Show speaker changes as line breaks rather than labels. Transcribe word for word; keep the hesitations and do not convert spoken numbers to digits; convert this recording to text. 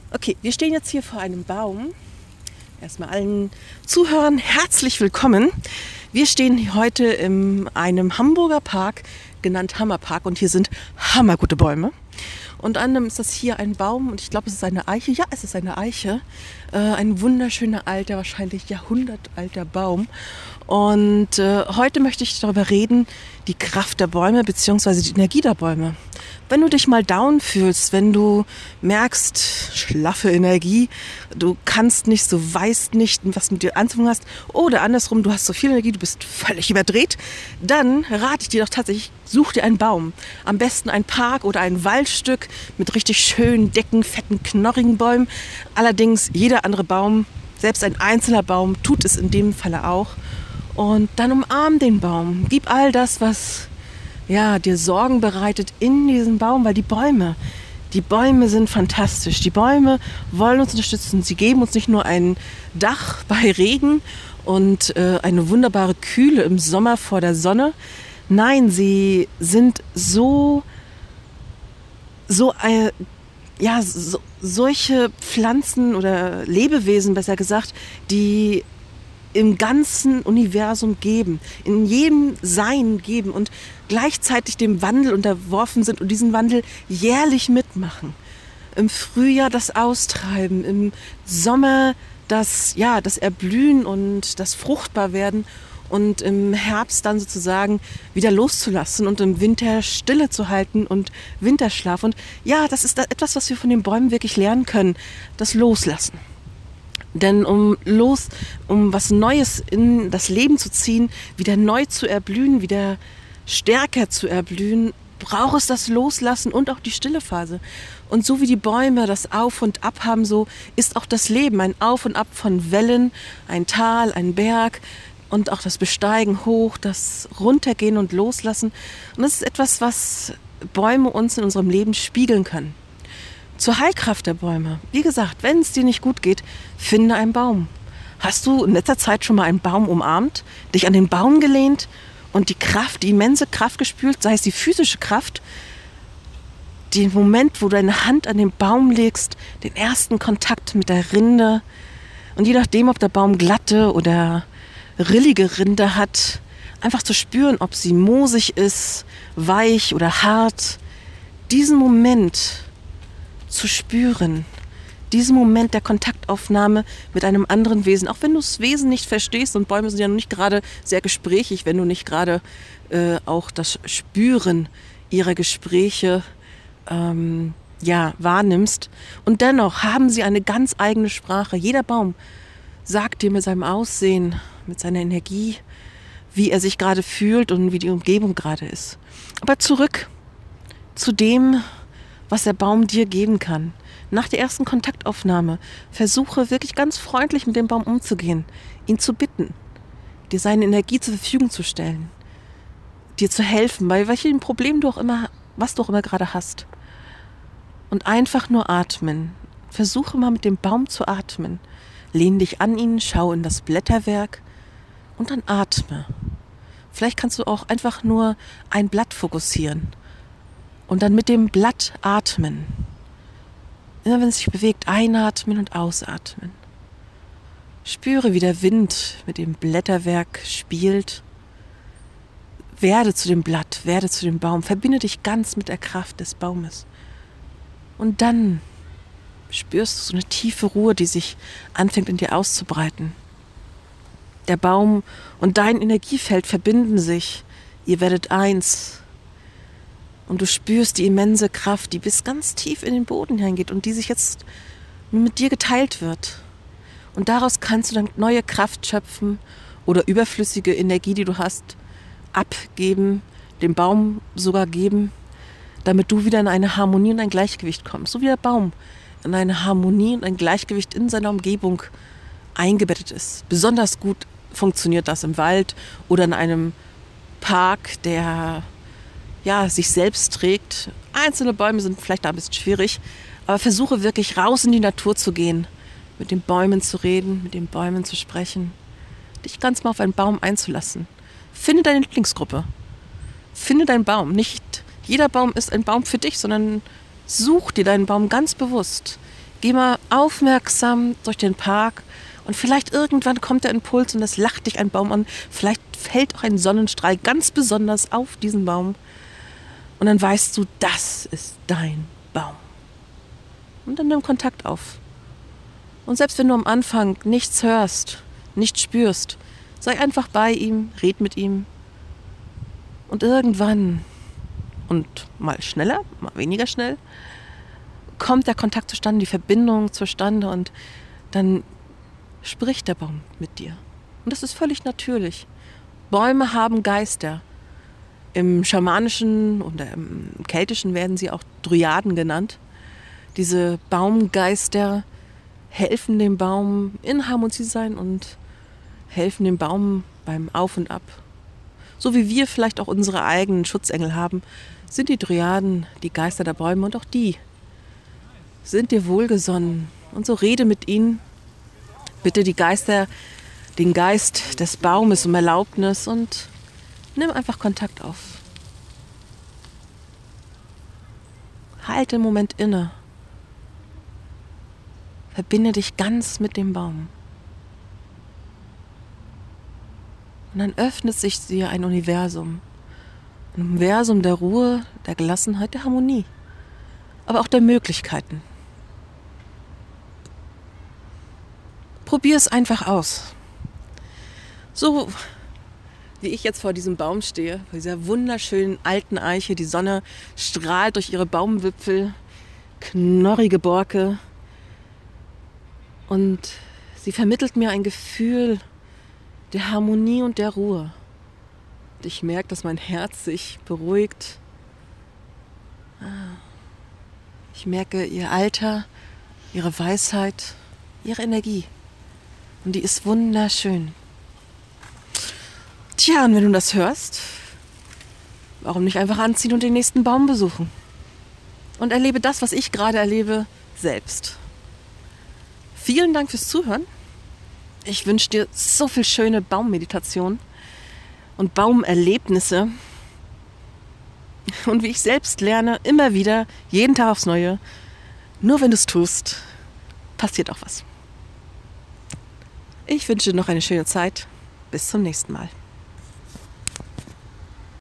Okay, wir stehen jetzt hier vor einem Baum. Erstmal allen Zuhörern herzlich willkommen. Wir stehen heute in einem Hamburger Park, genannt Hammerpark, und hier sind hammergute Bäume. Unter anderem ist das hier ein Baum und ich glaube, es ist eine Eiche. Ja, es ist eine Eiche. Äh, ein wunderschöner alter, wahrscheinlich jahrhundertalter Baum. Und äh, heute möchte ich darüber reden, die Kraft der Bäume bzw. die Energie der Bäume. Wenn du dich mal down fühlst, wenn du merkst, schlaffe Energie, du kannst nicht, du weißt nicht, was mit dir anzufangen hast, oder andersrum, du hast so viel Energie, du bist völlig überdreht, dann rate ich dir doch tatsächlich, such dir einen Baum. Am besten ein Park oder ein Waldstück mit richtig schönen, dicken, fetten, knorrigen Bäumen. Allerdings jeder andere Baum, selbst ein einzelner Baum, tut es in dem Falle auch. Und dann umarm den Baum, gib all das, was ja, dir Sorgen bereitet in diesen Baum, weil die Bäume, die Bäume sind fantastisch. Die Bäume wollen uns unterstützen. Sie geben uns nicht nur ein Dach bei Regen und äh, eine wunderbare Kühle im Sommer vor der Sonne. Nein, sie sind so, so, äh, ja, so, solche Pflanzen oder Lebewesen, besser gesagt, die im ganzen Universum geben, in jedem Sein geben und gleichzeitig dem Wandel unterworfen sind und diesen Wandel jährlich mitmachen. Im Frühjahr das Austreiben, im Sommer das, ja, das Erblühen und das Fruchtbarwerden und im Herbst dann sozusagen wieder loszulassen und im Winter Stille zu halten und Winterschlaf. Und ja, das ist etwas, was wir von den Bäumen wirklich lernen können, das Loslassen. Denn um los, um was Neues in das Leben zu ziehen, wieder neu zu erblühen, wieder stärker zu erblühen, braucht es das Loslassen und auch die stille Phase. Und so wie die Bäume das Auf und Ab haben, so ist auch das Leben ein Auf und Ab von Wellen, ein Tal, ein Berg und auch das Besteigen hoch, das Runtergehen und Loslassen. Und das ist etwas, was Bäume uns in unserem Leben spiegeln können. Zur Heilkraft der Bäume. Wie gesagt, wenn es dir nicht gut geht, finde einen Baum. Hast du in letzter Zeit schon mal einen Baum umarmt, dich an den Baum gelehnt und die Kraft, die immense Kraft gespürt, sei es die physische Kraft, den Moment, wo du deine Hand an den Baum legst, den ersten Kontakt mit der Rinde und je nachdem, ob der Baum glatte oder rillige Rinde hat, einfach zu spüren, ob sie moosig ist, weich oder hart, diesen Moment zu spüren, diesen Moment der Kontaktaufnahme mit einem anderen Wesen, auch wenn du das Wesen nicht verstehst, und Bäume sind ja nicht gerade sehr gesprächig, wenn du nicht gerade äh, auch das Spüren ihrer Gespräche ähm, ja, wahrnimmst. Und dennoch haben sie eine ganz eigene Sprache. Jeder Baum sagt dir mit seinem Aussehen, mit seiner Energie, wie er sich gerade fühlt und wie die Umgebung gerade ist. Aber zurück zu dem, was der Baum dir geben kann. Nach der ersten Kontaktaufnahme versuche wirklich ganz freundlich mit dem Baum umzugehen, ihn zu bitten, dir seine Energie zur Verfügung zu stellen, dir zu helfen, bei welchem Problem du auch immer, was du auch immer gerade hast. Und einfach nur atmen. Versuche mal mit dem Baum zu atmen. Lehn dich an ihn, schau in das Blätterwerk und dann atme. Vielleicht kannst du auch einfach nur ein Blatt fokussieren. Und dann mit dem Blatt atmen. Immer wenn es sich bewegt, einatmen und ausatmen. Spüre, wie der Wind mit dem Blätterwerk spielt. Werde zu dem Blatt, werde zu dem Baum. Verbinde dich ganz mit der Kraft des Baumes. Und dann spürst du so eine tiefe Ruhe, die sich anfängt in dir auszubreiten. Der Baum und dein Energiefeld verbinden sich. Ihr werdet eins. Und du spürst die immense Kraft, die bis ganz tief in den Boden hineingeht und die sich jetzt mit dir geteilt wird. Und daraus kannst du dann neue Kraft schöpfen oder überflüssige Energie, die du hast, abgeben, dem Baum sogar geben, damit du wieder in eine Harmonie und ein Gleichgewicht kommst. So wie der Baum in eine Harmonie und ein Gleichgewicht in seiner Umgebung eingebettet ist. Besonders gut funktioniert das im Wald oder in einem Park, der ja, sich selbst trägt. Einzelne Bäume sind vielleicht da ein bisschen schwierig, aber versuche wirklich raus in die Natur zu gehen, mit den Bäumen zu reden, mit den Bäumen zu sprechen, dich ganz mal auf einen Baum einzulassen. Finde deine Lieblingsgruppe. Finde deinen Baum. Nicht jeder Baum ist ein Baum für dich, sondern such dir deinen Baum ganz bewusst. Geh mal aufmerksam durch den Park und vielleicht irgendwann kommt der Impuls und es lacht dich ein Baum an. Vielleicht fällt auch ein Sonnenstrahl ganz besonders auf diesen Baum. Und dann weißt du, das ist dein Baum. Und dann nimm Kontakt auf. Und selbst wenn du am Anfang nichts hörst, nichts spürst, sei einfach bei ihm, red mit ihm. Und irgendwann, und mal schneller, mal weniger schnell, kommt der Kontakt zustande, die Verbindung zustande und dann spricht der Baum mit dir. Und das ist völlig natürlich. Bäume haben Geister. Im Schamanischen oder im Keltischen werden sie auch Dryaden genannt. Diese Baumgeister helfen dem Baum in Harmonie zu sein und helfen dem Baum beim Auf und Ab. So wie wir vielleicht auch unsere eigenen Schutzengel haben, sind die Dryaden die Geister der Bäume und auch die sind dir wohlgesonnen. Und so rede mit ihnen. Bitte die Geister, den Geist des Baumes um Erlaubnis und nimm einfach Kontakt auf. Halte einen Moment inne. Verbinde dich ganz mit dem Baum. Und dann öffnet sich dir ein Universum. Ein Universum der Ruhe, der Gelassenheit, der Harmonie. Aber auch der Möglichkeiten. Probier es einfach aus. So wie ich jetzt vor diesem Baum stehe, vor dieser wunderschönen alten Eiche, die Sonne strahlt durch ihre Baumwipfel, knorrige Borke. Und sie vermittelt mir ein Gefühl der Harmonie und der Ruhe. Und ich merke, dass mein Herz sich beruhigt. Ich merke ihr Alter, ihre Weisheit, ihre Energie. Und die ist wunderschön. Tja, und wenn du das hörst, warum nicht einfach anziehen und den nächsten Baum besuchen? Und erlebe das, was ich gerade erlebe, selbst. Vielen Dank fürs Zuhören. Ich wünsche dir so viel schöne Baummeditation und Baumerlebnisse. Und wie ich selbst lerne, immer wieder, jeden Tag aufs Neue, nur wenn du es tust, passiert auch was. Ich wünsche dir noch eine schöne Zeit. Bis zum nächsten Mal.